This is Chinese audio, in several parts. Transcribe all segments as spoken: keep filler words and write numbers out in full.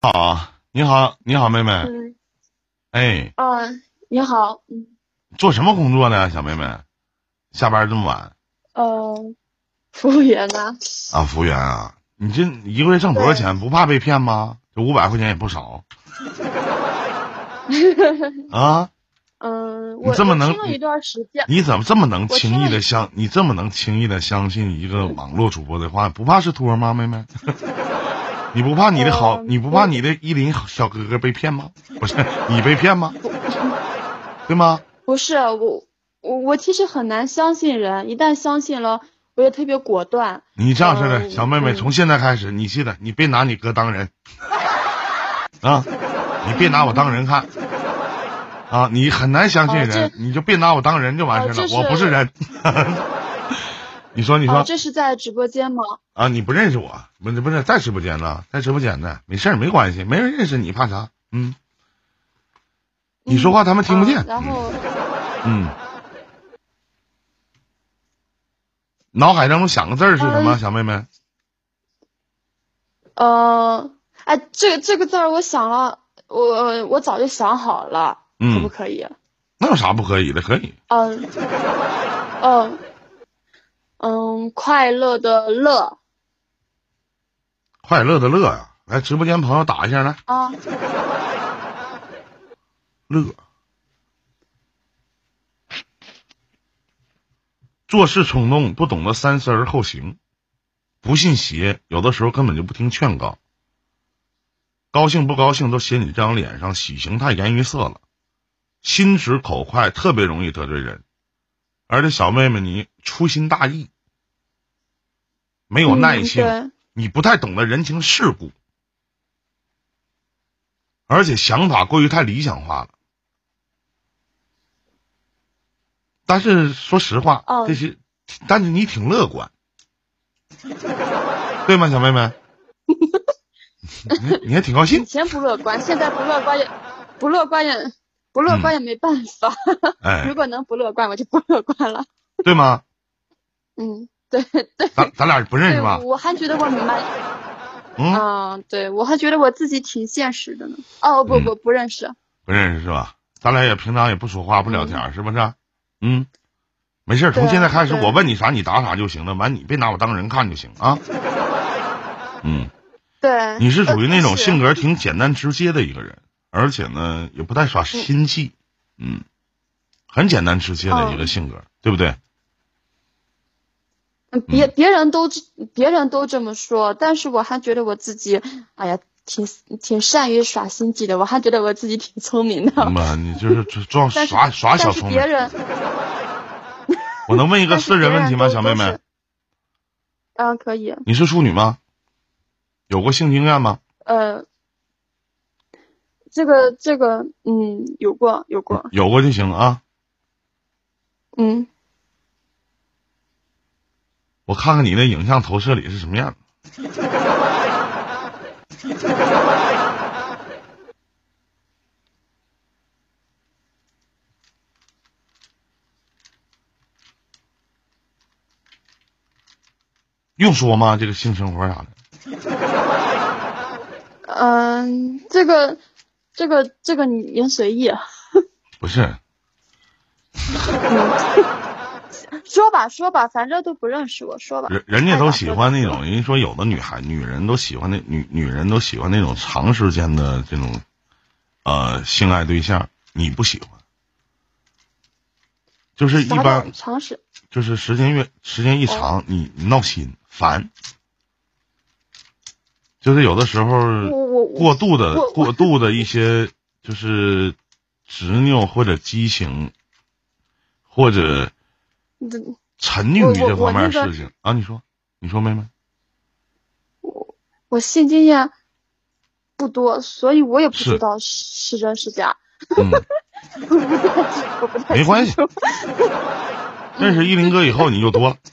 好，你好，你好，妹妹。 嗯， 哎， 啊，你好。嗯， 做什么工作呢，小妹妹？下班这么晚呃，服务员呢？ 啊？服务员啊？你这一个月挣多少对。 钱？不怕被骗吗？这五百块钱也不少啊！ 嗯， 你我我这么能，你听了一段时间。 你怎么这么能我听了一。 轻易的相？你这么能轻易的相信一个网络主播的话？不怕是托吗，妹妹？你不怕你的好？ 呃， 你不怕不你的依林小哥哥被骗吗？不是你被骗吗？ 不对吗？ 不是我我我其实很难相信人，一旦相信了，我也特别果断。 你这样式的，小妹妹，从嗯嗯现在开始，你记得，你别拿你哥当人啊，你别拿我当人看啊，你很难相信哦， 人， 这你就别拿我当人就完哦这事了，我不是是人。你说，你哦说这是在直播间吗？ 啊，你不认识我，不是不是在直播间呢，在直播间呢，没事儿没关系，没人认识你，怕啥？嗯，你说嗯话他们听不见。 啊，然后嗯，脑海当中想个字儿是什么， 嗯小妹妹？ 呃，哎，这个这个字儿我想了，我我早就想好了，可不嗯， 可以？ 那有啥不可以的？可以。 嗯嗯嗯，快乐的乐。 快乐的乐呀、来直播间朋友打一下来， 啊。 乐。做事冲动，不懂得三思而后行，不信邪，有的时候根本就不听劝告，高兴不高兴都写你这张脸上，喜形太颜于色了，心直口快，特别容易得罪人。而且小妹妹你粗心大意，没有耐嗯， 性， 对。 你不太懂得人情世故，而且想法过于太理想化了。但是说实话， 哦。 这些，但是你挺乐观，对吗，小妹妹？你你还挺高以兴。 前不乐观，现在不乐观也不乐观也不乐观嗯， 也没办法。 哎， 如果能不乐观，我就不乐观了。 对吗？ 嗯，对对咱咱俩不认对， 识吧？ 我还觉得我蛮。 嗯啊，对，我还觉得我自己挺现实的呢。哦，不嗯， 不不认识。 不认识是吧？咱俩也平常也不说话不聊天， 嗯， 是不是？嗯，没事，从现在对开始，我对问你啥你答啥就行了，完你别拿我当人看就行啊。嗯， 对。 你是属于那种呃是性格挺简单直接的一个人，而且呢也不太耍心计，嗯，很简单直接的一个性格，对不对？ 嗯别别人都别人都这么说，但是我还觉得我自己，哎呀，挺挺善于耍心机的，我还觉得我自己挺聪明的。 嗯，你就是装但是耍耍小但是聪明。 别人， 我能问一个但是私人问题吗， 别人都小妹妹？ 都是。啊，可以。 你是处女吗？有过性经验吗？ 呃，这个这个，嗯，有过有过。 有过就行啊。 嗯。 我看看你那影像投射里是什么样。用说吗？这个性生活啥的？ 嗯、这个这个这个您随意。 不是， 说吧说吧，反正都不认识我，说吧。 人人家都喜欢那种， 爱咋说咋说。 人家说有的女孩、女人都喜欢那女女人都喜欢那种长时间的这种呃性爱对象，你不喜欢，就是一啥般叫常识？ 就是时间越时间一长，你你闹心烦，就是有的时候我我我过度的我过度的一些就是执拗或者激情或者这沉溺于我这方面的我那个事情啊。你说，你说妹妹？ 我性经验不多，所以我也不是知道是真是假。 嗯， 我不太清我不太没关系清楚。 认识依林哥以后你就多了，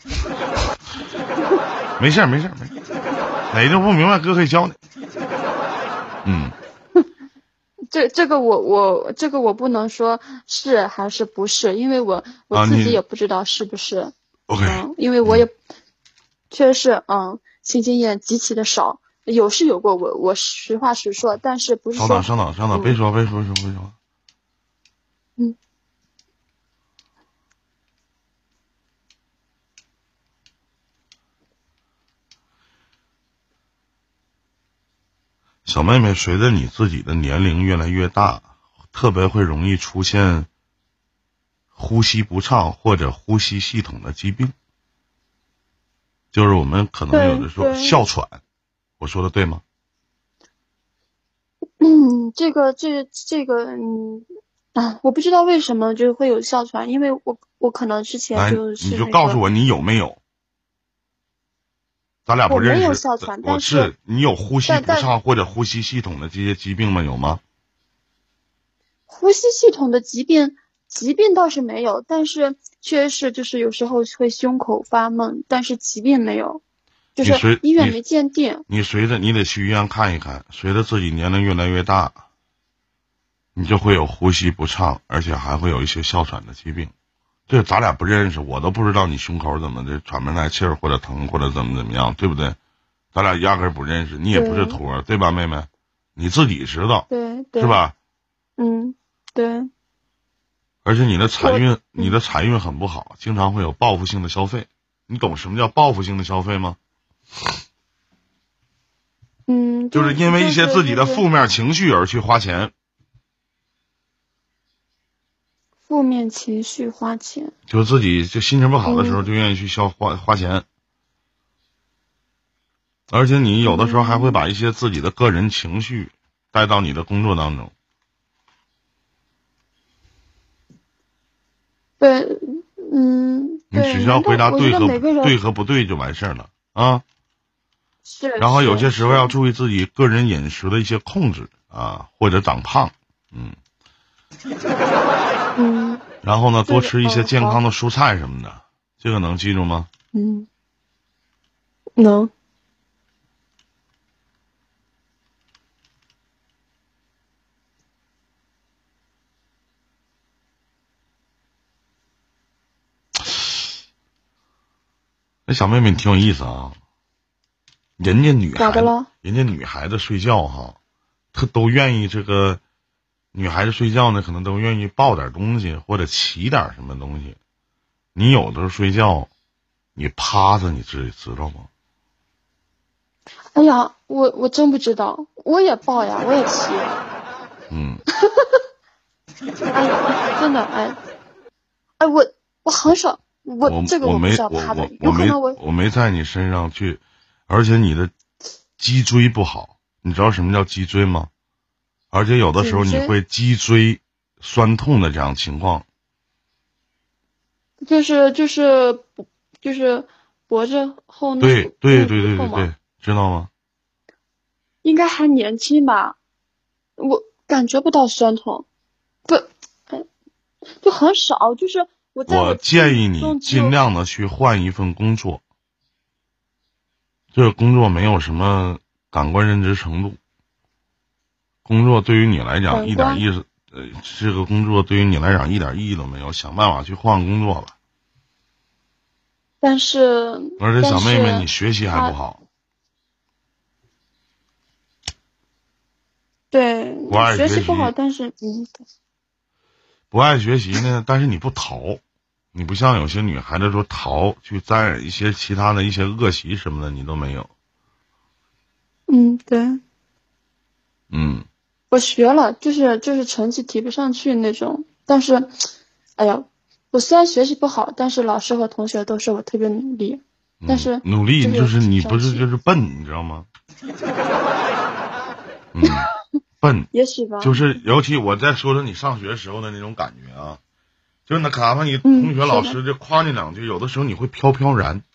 没事儿没事儿没事儿，哪个不明白哥可以教你。嗯， 这这个我我这个我不能说是还是不是，因为我啊你我自己也不知道是不是。 OK， 嗯，因为我也确实是嗯性经验极其的少， 有是有过，我我实话实说，但是不是说。 稍等，稍等，稍等，别说，别说，别说，别说。 嗯。 小妹妹，随着你自己的年龄越来越大，特别会容易出现呼吸不畅或者呼吸系统的疾病，就是我们可能有的时候哮喘，我说的对吗？ 嗯，这个这这个嗯啊，我不知道为什么就会有哮喘，因为我我可能之前就你是、那个、 就告诉我你有没有。咱俩不认识。 我没有哮喘，但是你有呼吸不畅或者呼吸系统的这些疾病吗？有吗？ 呼吸系统的疾病疾病倒是没有，但是确实是就是有时候会胸口发闷，但是疾病没有，就是医院没鉴定。 你随着你得去医院看一看，随着自己年龄越来越大，你就会有呼吸不畅，而且还会有一些哮喘的疾病。这咱俩不认识，我都不知道你胸口怎么的喘不来气儿或者疼或者怎么怎么样，对不对？咱俩压根儿不认识，你也不是托，对吧，妹妹？你自己知道， 对，对是吧？ 嗯，对。 而且你的财运，你的财运很不好，经常会有报复性的消费。你懂什么叫报复性的消费吗？ 嗯， 就是因为一些自己的负面情绪而去花钱。 负面情绪花钱， 就自己就心情不好的时候就愿意去消花花钱，而且你有的时候还会把一些自己的个人情绪带到你的工作当中。 对，嗯， 你只需要回答对和对和不对就完事儿了啊。 是。 然后有些时候要注意自己个人饮食的一些控制啊，或者长胖，嗯。 嗯。 然后呢，多吃一些健康的蔬菜什么的，这个能记住吗？ 嗯，能。 那小妹妹你挺有意思啊，人家女孩子，人家女孩子睡觉哈，她都愿意这个。女孩子睡觉呢，可能都愿意抱点东西或者骑点什么东西。你有的时候睡觉，你趴着，你知知道吗？ 哎呀，我我真不知道，我也抱呀，我也骑。 嗯。 哎呀，真的哎，哎我我很少，我这个我不知道趴的， 有可能我我没在你身上去，而且你的脊椎不好，你知道什么叫脊椎吗？而且有的时候你会脊椎酸痛的这样情况， 就是就是就是脖子后那对对对对对对，知道吗？ 应该还年轻吧，我感觉不到酸痛，不，就很少，就是我在我建议你尽量的去换一份工作，这个工作没有什么感官认知程度。工作对于你来讲一点意思，呃，这个工作对于你来讲一点意义都没有，想办法去换工作吧。 但是， 而且小妹妹，你学习还不好。 对， 不爱学习不好，但是嗯， 不爱学习呢，但是你不逃，你不像有些女孩子说逃去沾染一些其他的一些恶习什么的，你都没有。 嗯，对。 嗯。 我学了，就是就是成绩提不上去那种，但是，哎呀，我虽然学习不好，但是老师和同学都说我特别努力， 嗯、 但是努力就是你不是就是笨，你知道吗？嗯，笨， 也许吧。 就是尤其我再说说你上学时候的那种感觉啊，就是哪怕你同学老师就夸你两句，有的时候你会飘飘然。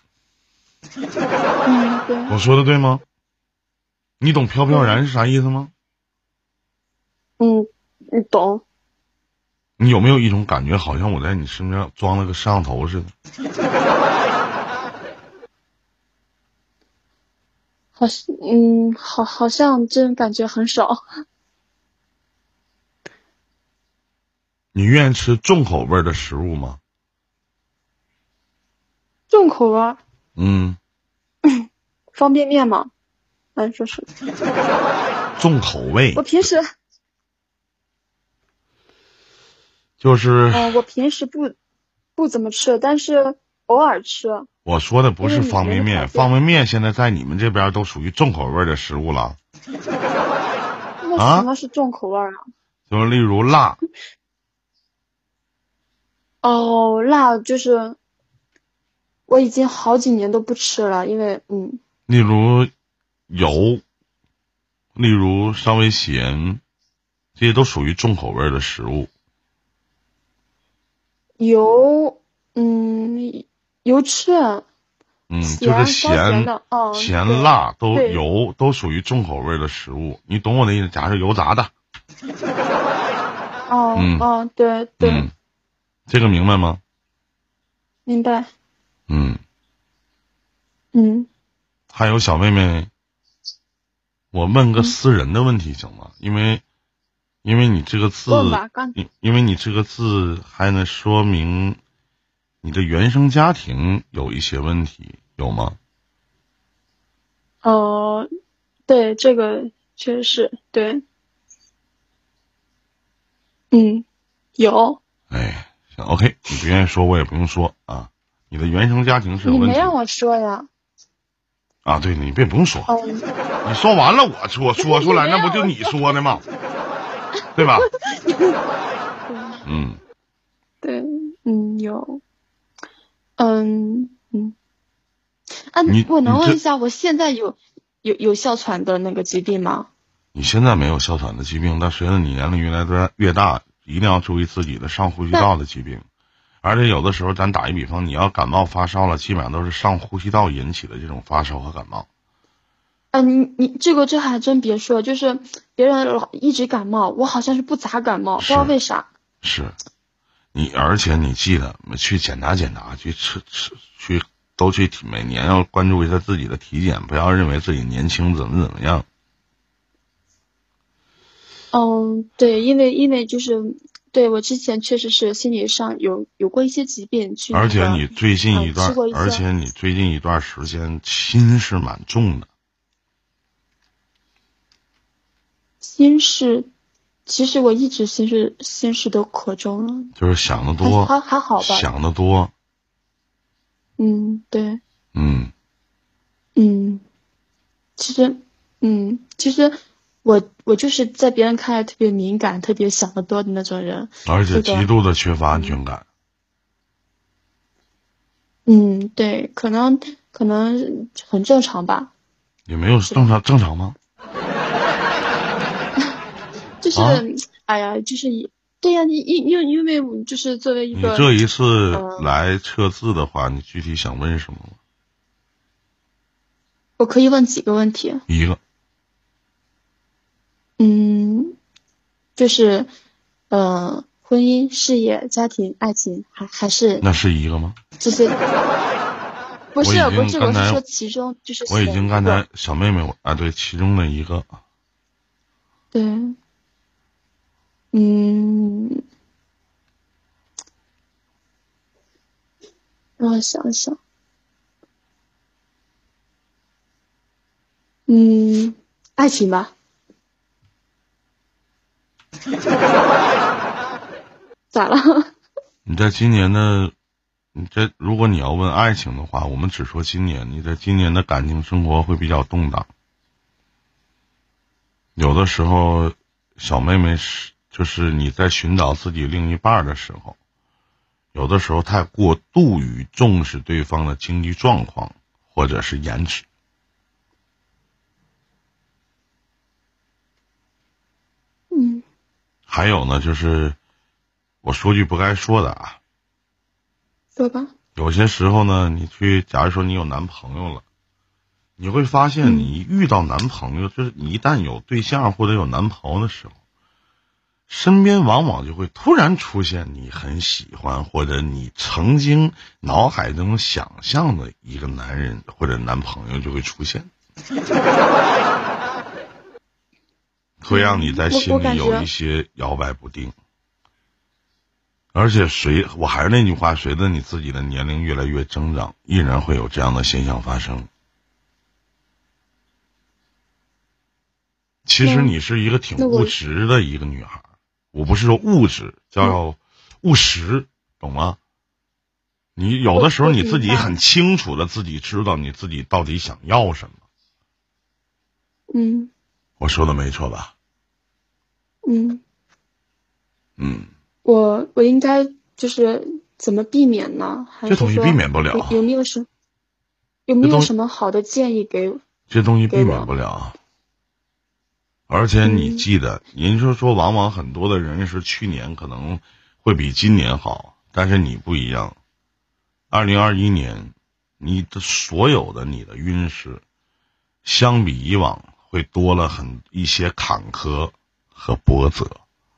嗯，对。 我说的对吗？你懂飘飘然是啥意思吗？ 嗯，你懂。 你有没有一种感觉，好像我在你身上装了个摄像头似的？ 好，嗯，好，好像真感觉很少。 你愿意吃重口味的食物吗？ 重口味？ 嗯。 方便面吗？ 来说说。 重口味。 我平时就是， 呃，我平时不不怎么吃，但是偶尔吃。 我说的不是方便面，方便面现在在你们这边都属于重口味的食物了。 那什么是重口味啊？ 就例如辣。 哦，辣就是我已经好几年都不吃了，因为嗯。 例如油，例如稍微咸，这些都属于重口味的食物。 油，嗯，油吃。 嗯，就是咸、 哦、 咸辣都油都属于重口味的食物，你懂我的意思？假设油炸的。 哦， 嗯， 哦，对对。 嗯，这个明白吗？ 明白。 嗯。 嗯。 还有小妹妹，我问个私人的问题行吗？因为，因为你这个字，因因为你这个字还能说明你的原生家庭有一些问题，有吗？ 呃，对，这个确实对。嗯，有。 哎，行 ，OK， 你不愿意说，我也不用说啊。你的原生家庭是有问题。 你没让我说呀。 啊，对，你别不用说， 哦、 你说完了我说说出来，那不就你说的吗？对吧？嗯， 对，嗯，有，嗯嗯。啊，我能问一下，我现在有有有哮喘的那个疾病吗？ 你现在没有哮喘的疾病，但随着你年龄越来越越大，一定要注意自己的上呼吸道的疾病。而且有的时候，咱打一比方，你要感冒发烧了，基本上都是上呼吸道引起的这种发烧和感冒。 啊，你你这个这还真别说，就是别人老一直感冒，我好像是不咋感冒，不知道为啥。 是，你而且你记得去检查检查，去吃吃去都去每年要关注一下自己的体检，不要认为自己年轻怎么怎么样。 嗯，对，因为因为就是对我之前确实是心理上有有过一些疾病去、那个， 而且你最近一段， 嗯、一而且你最近一段时间心是蛮重的。 心事，其实我一直心事心事都可重了， 就是想得多， 还还好吧， 想得多。 嗯，对， 嗯嗯，其实，嗯，其实我我就是在别人看来特别敏感、特别想得多的那种人， 而且极度的缺乏安全感。 嗯，对，可能可能很正常吧。 也没有正常正常吗？ 就是、啊、哎呀，就是对呀，你因因因为就是作为一个， 你这一次来测字的话，呃、你具体想问什么吗？ 我可以问几个问题？ 一个。 嗯，就是呃，婚姻、事业、家庭、爱情，还还是那是一个吗？ 这些不是不是，我是说其中就是我已经刚才小妹妹啊，对，其中的一个。 对。嗯，让我想想。嗯，爱情吧。咋了？ 你在今年的，你这如果你要问爱情的话，我们只说今年，你在今年的感情生活会比较动荡。有的时候，小妹妹是就是你在寻找自己另一半的时候，有的时候太过度于重视对方的经济状况或者是颜值。 嗯。 还有呢，就是我说句不该说的啊。 说吧。 有些时候呢，你去，假如说你有男朋友了，你会发现你遇到男朋友，嗯、就是你一旦有对象或者有男朋友的时候，身边往往就会突然出现你很喜欢或者你曾经脑海中想象的一个男人或者男朋友就会出现，会让你在心里有一些摇摆不定。而且随我还是那句话，随着你自己的年龄越来越增长，依然会有这样的现象发生。 其实你是一个挺务实的一个女孩，我不是说物质，叫务实，懂吗？你有的时候你自己很清楚的自己知道你自己到底想要什么。 嗯， 我说的没错吧？ 嗯嗯， 我我应该就是怎么避免呢？还是说这东西避免不了。 有有没有什有没有什么好的建议给我？ 这东西避免不了。而且你记得，您就说往往很多的人是去年可能会比今年好，但是你不一样。二零二一年，你的所有的你的运势，相比以往会多了很一些坎坷和波折。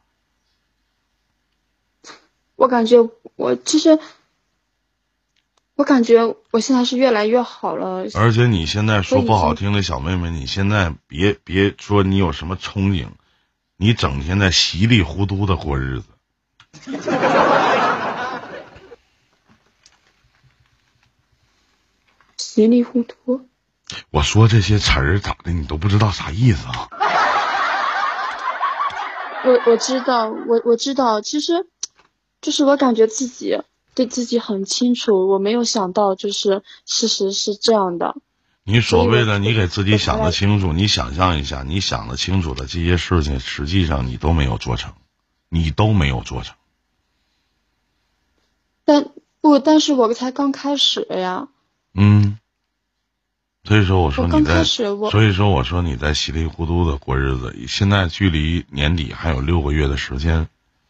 我感觉我其实，我感觉我现在是越来越好了。 而且你现在说不好听的，小妹妹，你现在别别说你有什么憧憬，你整天在稀里糊涂的过日子。 稀里糊涂， 我说这些词儿咋的，你都不知道啥意思啊？ 我我知道，我我知道，其实就是我感觉自己对自己很清楚，我没有想到就是事实是这样的。 你所谓的你给自己想得清楚，你想象一下，你想得清楚的这些事情，实际上你都没有做成，你都没有做成。 但不，但是我才刚开始呀。 嗯，所以说我说你在， 我所以说我说你在稀里糊涂的过日子。现在距离年底还有六个月的时间，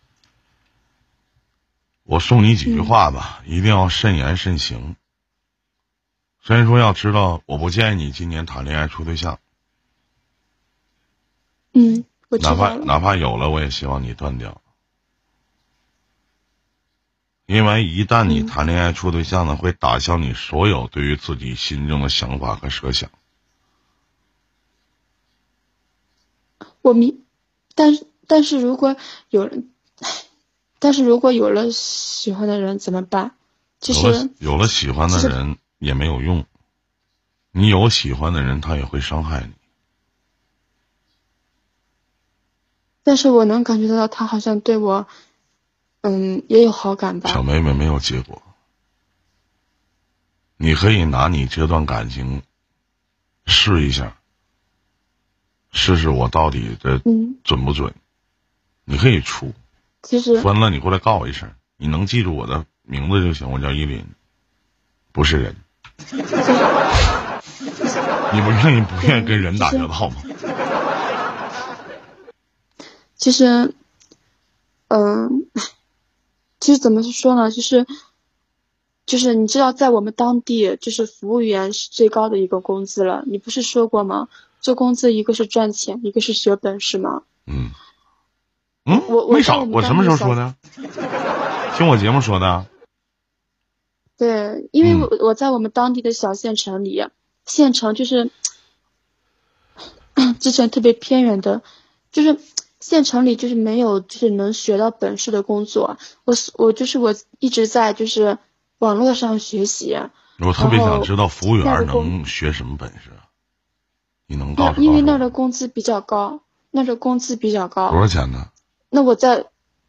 我送你几句话吧，嗯、一定要慎言慎行。虽然说要知道，我不建议你今年谈恋爱处对象。 嗯，我知道哪怕哪怕有了，我也希望你断掉。因为一旦你谈恋爱处对象呢，会打消你所有对于自己心中的想法和设想。 我明，但是但是如果有人，但是如果有了喜欢的人怎么办？其实有了有了喜欢的人也没有用，你有喜欢的人，他也会伤害你。 但是我能感觉到他好像对我。嗯，也有好感吧。 小妹妹没有结果，你可以拿你这段感情试一下，试试我到底的准不准。嗯、你可以出， 其实分了你过来告我一声，你能记住我的名字就行，我叫依林，不是人。你不愿意不愿意跟人打交道吗？ 其实，嗯。其实怎么说呢，就是就是你知道在我们当地就是服务员是最高的一个工资了，你不是说过吗？做工资一个是赚钱，一个是学本事吗？ 嗯嗯， 我没少，我什么时候说的？听我节目说的。 对，因为我我在我们当地的小县城里，县城就是之前特别偏远的，就是县城里就是没有就是能学到本事的工作。我我就是我一直在就是网络上学习。 我特别想知道服务员能学什么本事，你能告诉我？ 因为那儿的工资比较高，那儿的工资比较高。 多少钱呢？ 那我在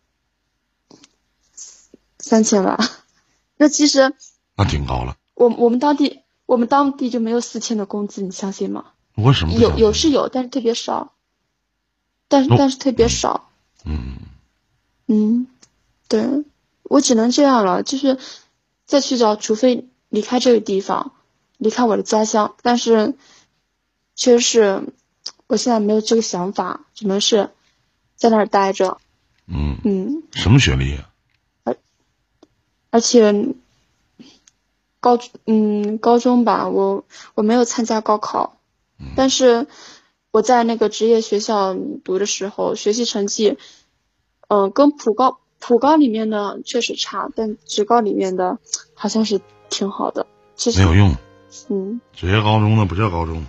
三千吧。那其实那挺高了。 我我们当地我们当地就没有四千的工资，你相信吗？ 为什么不相信？ 有有是有，但是特别少。但是但是特别少。 嗯嗯，对，我只能这样了，就是再去找，除非离开这个地方，离开我的家乡。但是确实是我现在没有这个想法，只能是在那儿待着。 嗯嗯， 什么学历啊？ 而而且高嗯高中吧，我我没有参加高考， 嗯、 但是我在那个职业学校读的时候，学习成绩，嗯、呃，跟普高普高里面的确实差，但职高里面的好像是挺好的。其实没有用。 嗯， 职业高中的不叫高中。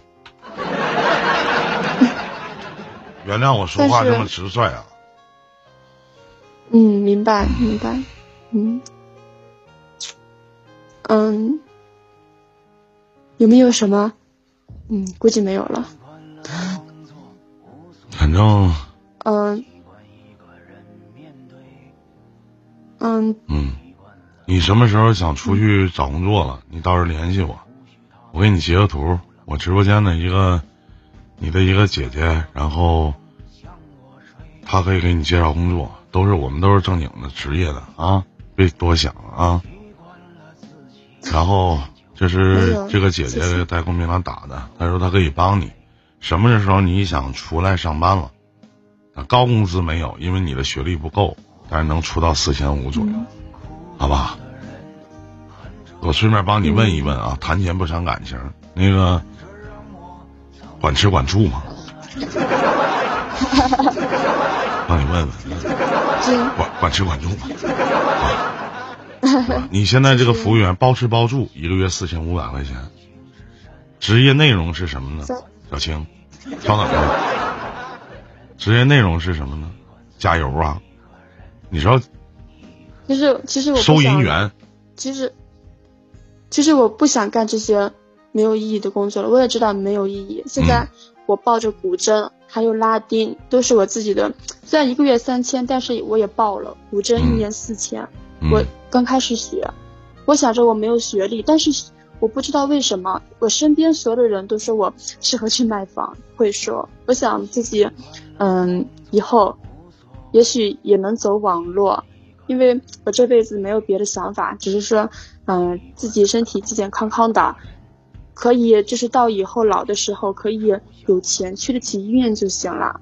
原谅我说话这么直率啊。 嗯，明白明白。嗯嗯，有没有什么？嗯，估计没有了。 反正嗯嗯嗯，你什么时候想出去找工作了，你到时候联系我，我给你截个图，我直播间的一个你的一个姐姐，然后她可以给你介绍工作，都是我们都是正经的职业的啊，别多想了啊。然后这是这个姐姐在公屏上打的，她说她可以帮你，什么时候你想出来上班了，高工资没有，因为你的学历不够，但是能出到四千五左右，嗯、好吧？我顺便帮你问一问啊，谈钱不伤感情，那个管吃管住吗？帮你问问，管管吃管住吗？啊、你现在这个服务员包吃包住，一个月四千五百块钱，职业内容是什么呢？小青，稍等一下，职业内容是什么呢？加油啊！你知道？ 其实其实我收银员， 其实其实我不想干这些没有意义的工作了，我也知道没有意义。现在我报着古筝还有拉丁都是我自己的，虽然一个月三千，但是我也报了古筝，一年四千、嗯。我刚开始学，我想着我没有学历，但是我不知道为什么我身边所有的人都说我适合去卖房，会说我想自己嗯以后也许也能走网络，因为我这辈子没有别的想法，只是说嗯自己身体健健康康的，可以就是到以后老的时候可以有钱去得起医院就行了。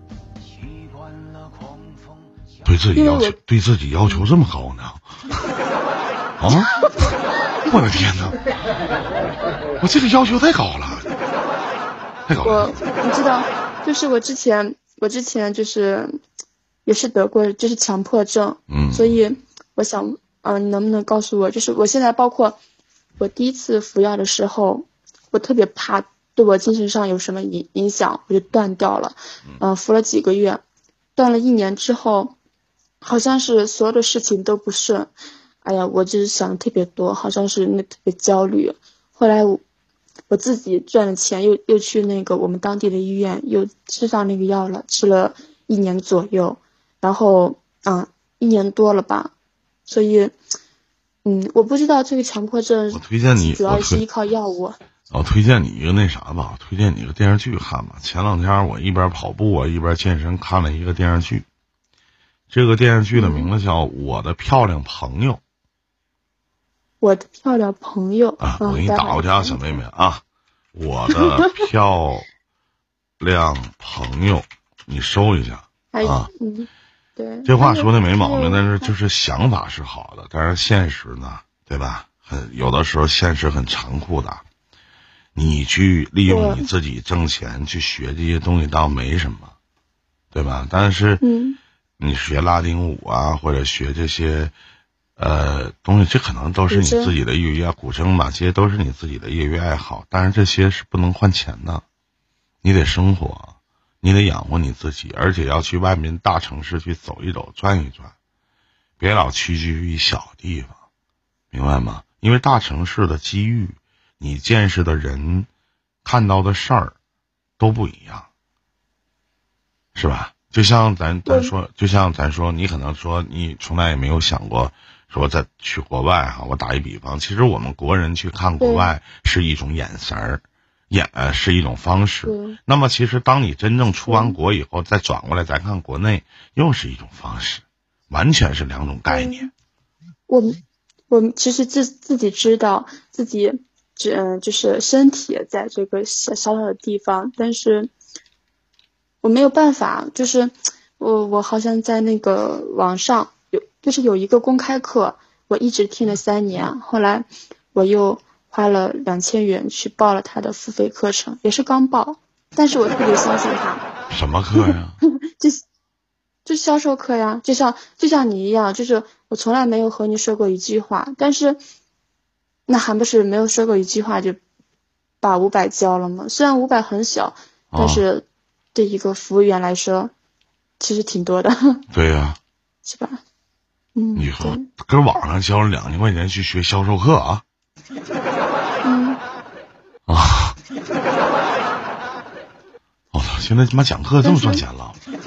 对自己要求对自己要求这么高呢？啊！我的天哪！我这个要求太高了，太高了。 我你知道，就是我之前我之前就是也是得过就是强迫症， 嗯， 所以我想，嗯、呃，你能不能告诉我，就是我现在包括我第一次服药的时候，我特别怕对我精神上有什么影影响，我就断掉了，嗯、呃，服了几个月，断了一年之后，好像是所有的事情都不顺。哎呀，我就是想的特别多，好像是那特别焦虑。后来我我自己赚了钱，又又去那个我们当地的医院，又吃上那个药了，吃了一年左右，然后啊一年多了吧。所以，嗯，我不知道这个强迫症， 我推荐你主要是依靠药物。 我推荐你一个那啥吧，推荐你一个电视剧看吧。前两天我一边跑步啊一边健身，看了一个电视剧。这个电视剧的名字叫《我的漂亮朋友》。 我的漂亮朋友啊，我给你打过去啊，小妹妹啊，我的漂亮朋友，你搜一下啊。 嗯，对， 这话说的没毛病，但是就是想法是好的，但是现实呢，对吧？很有的时候现实很残酷的。你去利用你自己挣钱去学这些东西倒没什么，对吧？但是， 嗯， 你学拉丁舞啊，或者学这些。呃，东西这可能都是你自己的业余啊，古筝吧，这些都是你自己的业余爱好，但是这些是不能换钱的，你得生活，你得养活你自己，而且要去外面大城市去走一走、转一转，别老屈居于小地方，明白吗？因为大城市的机遇，你见识的人，看到的事儿都不一样，是吧？就像咱咱说，就像咱说，你可能说你从来也没有想过。说再去国外哈，我打一比方，其实我们国人去看国外是一种眼神儿，眼呃是一种方式。那么其实当你真正出完国以后，再转过来咱看国内，又是一种方式，完全是两种概念。 我们我们其实自自己知道自己，嗯，就是身体在这个小小小的地方，但是我没有办法，就是我我好像在那个网上。就是有一个公开课，我一直听了三年，后来我又花了两千元去报了他的付费课程，也是刚报，但是我特别相信他。 什么课呀？ 就就销售课呀，就像就像你一样，就是我从来没有和你说过一句话，但是那还不是没有说过一句话就把五百交了吗？虽然五百很小，但是对一个服务员来说，其实挺多的。 对呀、啊， 是吧？嗯， 你说搁网上交了两千块钱去学销售课啊？ 嗯啊！哦，现在他妈讲课这么赚钱了？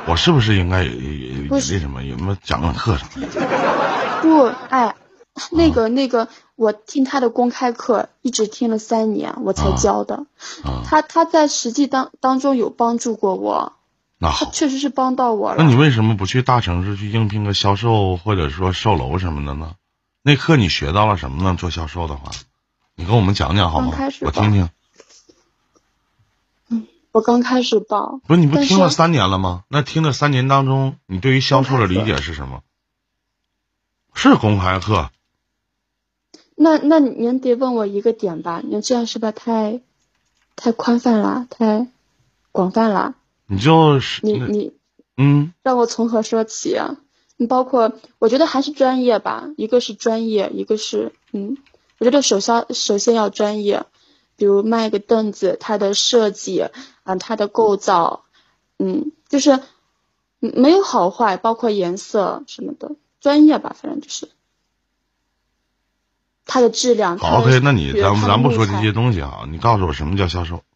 我是不是应该也也也那什么，有没有讲讲课什么的？ 不，哎，那个、啊、那个，我听他的公开课一直听了三年，我才教的。啊啊、他他在实际当当中有帮助过我。 那好， 他确实是帮到我了。 那你为什么不去大城市去应聘个销售或者说售楼什么的呢？那课你学到了什么呢？做销售的话，你跟我们讲讲好吗？我听听。 嗯，我刚开始报。 不是你不听了三年了吗？那听了三年当中，你对于销售的理解是什么？是公开课。 那那您得问我一个点吧？您这样是不是太太宽泛了，太广泛了？ 你就是你你嗯， 让我从何说起啊？你包括我觉得还是专业吧，一个是专业，一个是嗯，我觉得首先首先要专业，比如卖个凳子，它的设计啊、呃，它的构造，嗯，就是没有好坏，包括颜色什么的，专业吧，反正就是它的质量。 好 ，OK， 那你咱咱不说这些东西哈，你告诉我什么叫销售？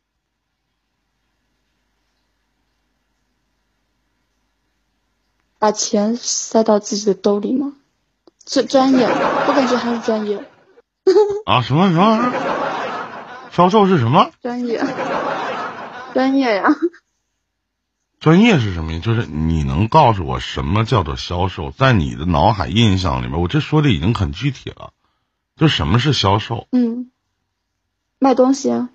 把钱塞到自己的兜里吗？是专业，我感觉还是专业。 啊，什么什么？销售是什么？ 专业，专业呀。 专业是什么？就是你能告诉我什么叫做销售？在你的脑海印象里面，我这说的已经很具体了。就什么是销售？ 嗯，卖东西啊。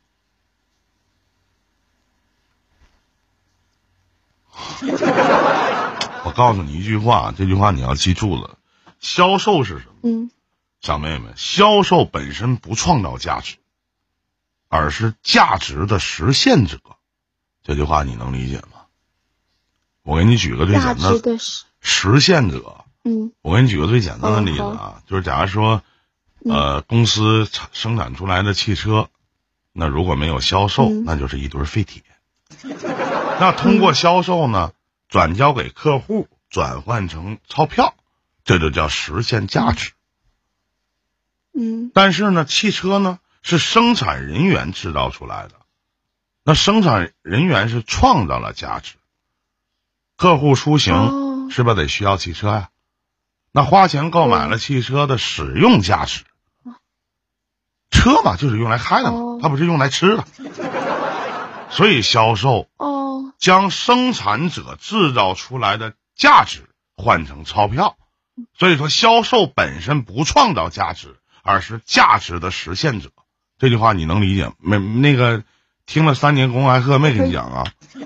我告诉你一句话，这句话你要记住了。销售是什么？ 嗯， 小妹妹，销售本身不创造价值，而是价值的实现者。这句话你能理解吗？我给你举个最简单的实现者。 嗯， 我给你举个最简单的例子啊，就是假如说，呃，公司生产出来的汽车，那如果没有销售，那就是一堆废铁。那通过销售呢，转交给客户，转换成钞票，这就叫实现价值。 嗯， 但是呢，汽车呢是生产人员制造出来的，那生产人员是创造了价值。客户出行、哦、是不是得需要汽车呀？那花钱购买了汽车的使用价值。车嘛，就是用来开的嘛，哦、它不是用来吃的。所以销售哦， 将生产者制造出来的价值换成钞票。所以说销售本身不创造价值，而是价值的实现者。这句话你能理解？没那个听了三年公开课没跟你讲啊？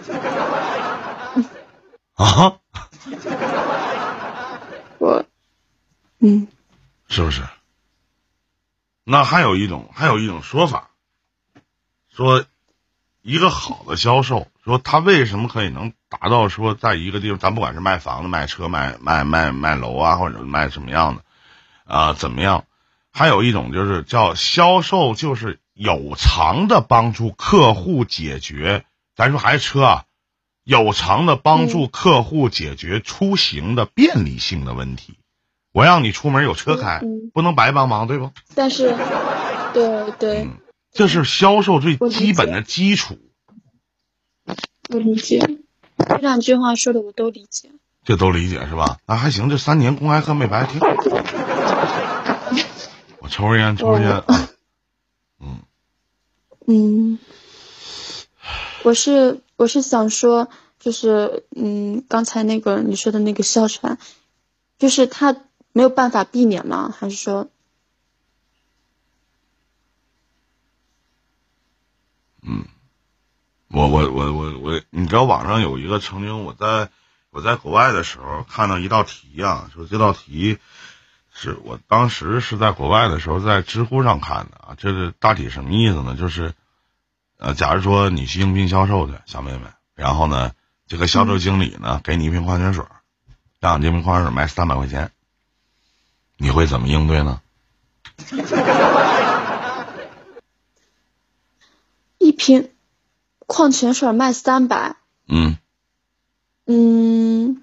啊？ 我嗯， 是不是？那还有一种还有一种说法，说一个好的销售，说他为什么可以能达到说在一个地方，咱不管是卖房子、卖车、卖卖卖卖楼啊，或者卖什么样的啊、呃，怎么样？还有一种就是叫销售，就是有偿的帮助客户解决，咱说还是车啊，有偿的帮助客户解决出行的便利性的问题。我让你出门有车开， 嗯、 不能白帮忙，对不？ 但是，对对、嗯， 这是销售最基本的基础。 我理解，这两句话说的我都理解。 这都理解是吧？那还行，这三年公开课没白听。我抽根烟，抽根烟啊。嗯嗯，我是我是想说，就是嗯，刚才那个你说的那个哮喘，就是他没有办法避免吗？还是说？ 嗯，我我我我我，你知道网上有一个曾经我在我在国外的时候看到一道题啊，说这道题是我当时是在国外的时候在知乎上看的啊，这是大体什么意思呢？就是呃，假如说你去应聘销售的小妹妹，然后呢，这个销售经理呢、嗯、给你一瓶矿泉水，让你这瓶矿泉水卖三百块钱，你会怎么应对呢？ 一瓶矿泉水卖三百。 嗯嗯，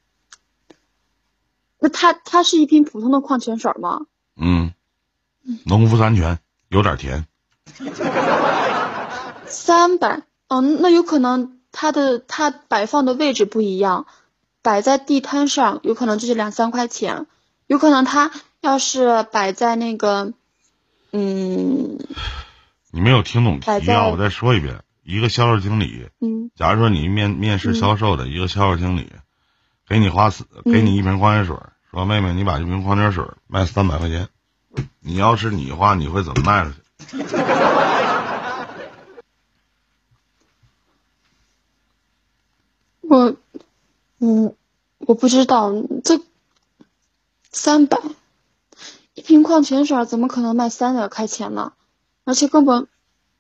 那它它是一瓶普通的矿泉水吗？ 嗯，农夫山泉，有点甜。 三百，哦，那有可能它的它摆放的位置不一样，摆在地摊上有可能就是两三块钱，有可能它要是摆在那个，嗯， 你没有听懂题啊？我再说一遍，一个销售经理， 嗯， 假如说你面面试销售的、嗯、一个销售经理，给你花给你一瓶矿泉水、嗯，说妹妹，你把这瓶矿泉水卖三百块钱，你要是你的话，你会怎么卖出去？ 我，嗯，我不知道，这三百一瓶矿泉水怎么可能卖三百块钱呢？而且根本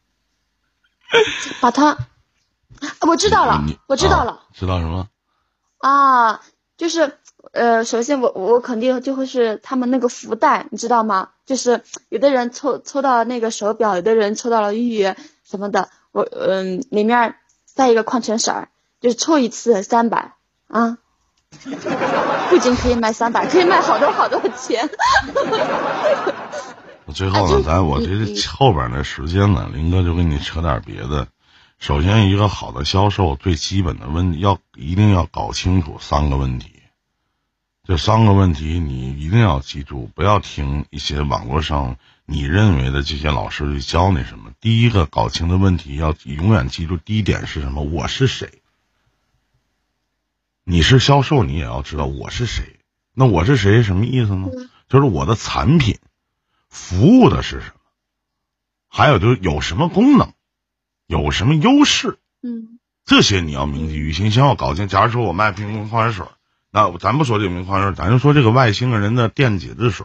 把它，我知道了，我知道了、啊， 知道什么？ 啊，就是呃，首先我我肯定就会是他们那个福袋，你知道吗？就是有的人抽抽到那个手表，有的人抽到了玉什么的，我嗯、呃、里面带一个矿泉水，就是抽一次三百啊，不仅可以卖三百，可以卖好多好多钱。 最后呢，咱我这后边的时间呢，林哥就跟你扯点别的。首先，一个好的销售最基本的问题要一定要搞清楚三个问题。这三个问题你一定要记住，不要听一些网络上你认为的这些老师去教你什么。第一个搞清的问题要永远记住，第一点是什么？我是谁？你是销售，你也要知道我是谁。那我是谁什么意思呢？就是我的产品服务的是什么，还有就是有什么功能，有什么优势， 嗯， 这些你要铭记于心，先要搞清。假如说我卖瓶矿泉水，那咱不说这个瓶矿泉水，咱就说这个外星人的电解质水。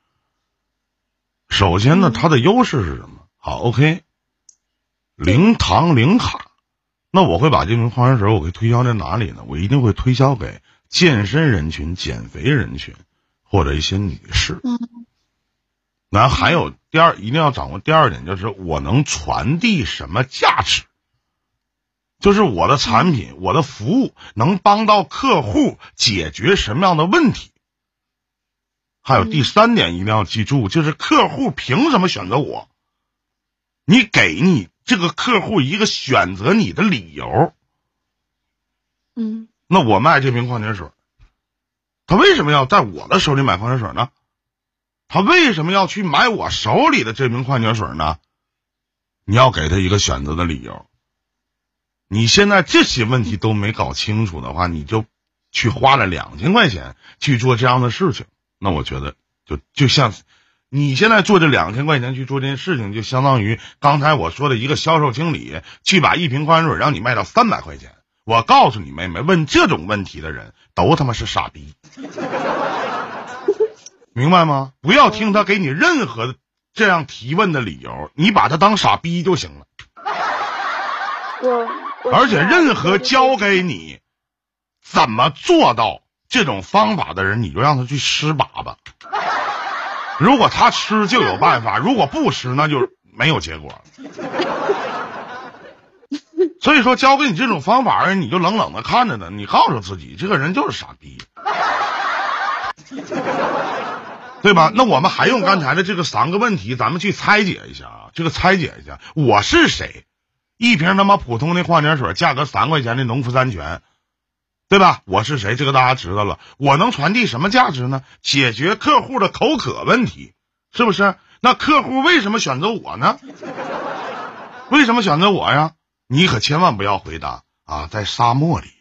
首先呢，它的优势是什么？好 ，OK， 零糖零卡。那我会把这瓶矿泉水我会推销在哪里呢？我一定会推销给健身人群、减肥人群或者一些女士。 嗯。 然后还有第二，一定要掌握第二点，就是我能传递什么价值，就是我的产品、我的服务能帮到客户解决什么样的问题。还有第三点一定要记住，就是客户凭什么选择我？你给你这个客户一个选择你的理由。 嗯， 那我卖这瓶矿泉水，他为什么要在我的手里买矿泉水呢？他为什么要去买我手里的这瓶矿泉水呢？你要给他一个选择的理由。你现在这些问题都没搞清楚的话，你就去花了两千块钱去做这样的事情，那我觉得就就像你现在做这两千块钱去做这件事情，就相当于刚才我说的一个销售经理去把一瓶矿泉水让你卖到三百块钱。我告诉你妹妹，问这种问题的人都他妈是傻逼。明白吗？不要听他给你任何这样提问的理由，你把他当傻逼就行了。 我而且任何教给你怎么做到这种方法的人，你就让他去吃粑粑。如果他吃就有办法，如果不吃那就没有结果。所以说教给你这种方法人，你就冷冷的看着他，你告诉自己这个人就是傻逼。对吧？那我们还用刚才的这个三个问题，咱们去拆解一下啊。这个拆解一下，我是谁？一瓶他妈普通的矿泉水，价格三块钱的农夫山泉，对吧？我是谁？这个大家知道了。我能传递什么价值呢？解决客户的口渴问题，是不是？那客户为什么选择我呢？为什么选择我呀？你可千万不要回答啊，在沙漠里。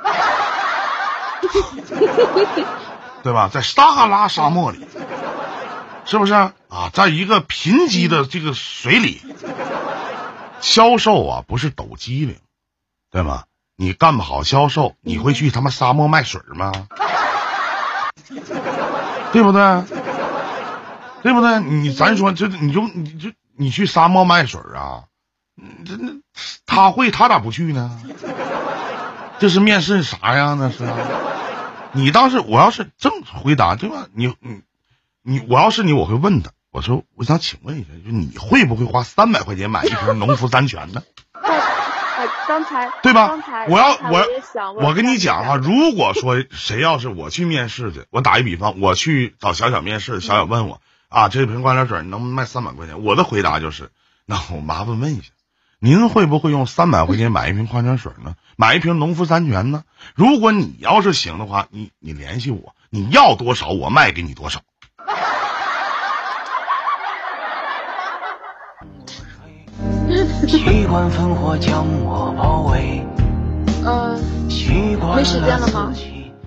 对吧？在撒哈拉沙漠里，是不是啊？在一个贫瘠的这个水里，销售啊不是抖机灵，对吗？你干不好销售，你会去他妈沙漠卖水吗？对不对？对不对？你咱说这你就你就你去沙漠卖水啊？这那他会他咋不去呢？这是面试啥呀？那是。你当时我要是正回答对吧？你你你我要是你，我会问他，我说我想请问一下，就你会不会花三百块钱买一瓶农夫山泉呢？ 刚才对吧？ 刚才我要我我我跟你讲哈，如果说谁要是我去面试去，我打一比方，我去找小小面试，小小问我啊，这瓶矿泉水能卖三百块钱，我的回答就是，那我麻烦问一下， 您会不会用三百块钱买一瓶矿泉水呢？买一瓶农夫山泉呢？如果你要是行的话，你你联系我，你要多少我卖给你多少。 习惯烽火将我包围。呃，没时间了吗？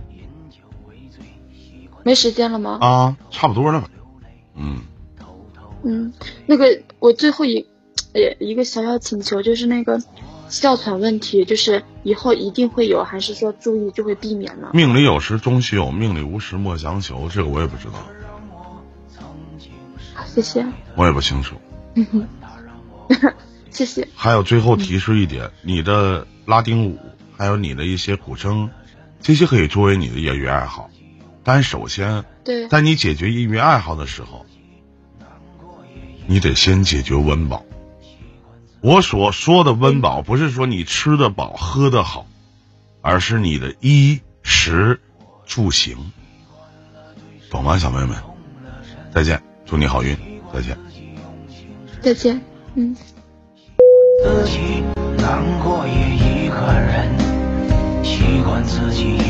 没时间了吗？ 啊，差不多了吧。嗯。 嗯，那个我最后一呃一个小小请求，就是那个哮喘问题，就是以后一定会有，还是说注意就会避免呢？ 命里有时终须有，命里无时莫强求，这个我也不知道。 谢谢。 我也不清楚。 嗯哼。谢谢。 还有最后提示一点，嗯、你的拉丁舞，还有你的一些古筝，这些可以作为你的业余爱好。但首先， 对， 在你解决业余爱好的时候，你得先解决温饱。我所说的温饱，不是说你吃得饱喝得好，而是你的衣食住行，懂吗，小妹妹？再见，祝你好运，再见。 再见。嗯。 自己难过也一个人，习惯自己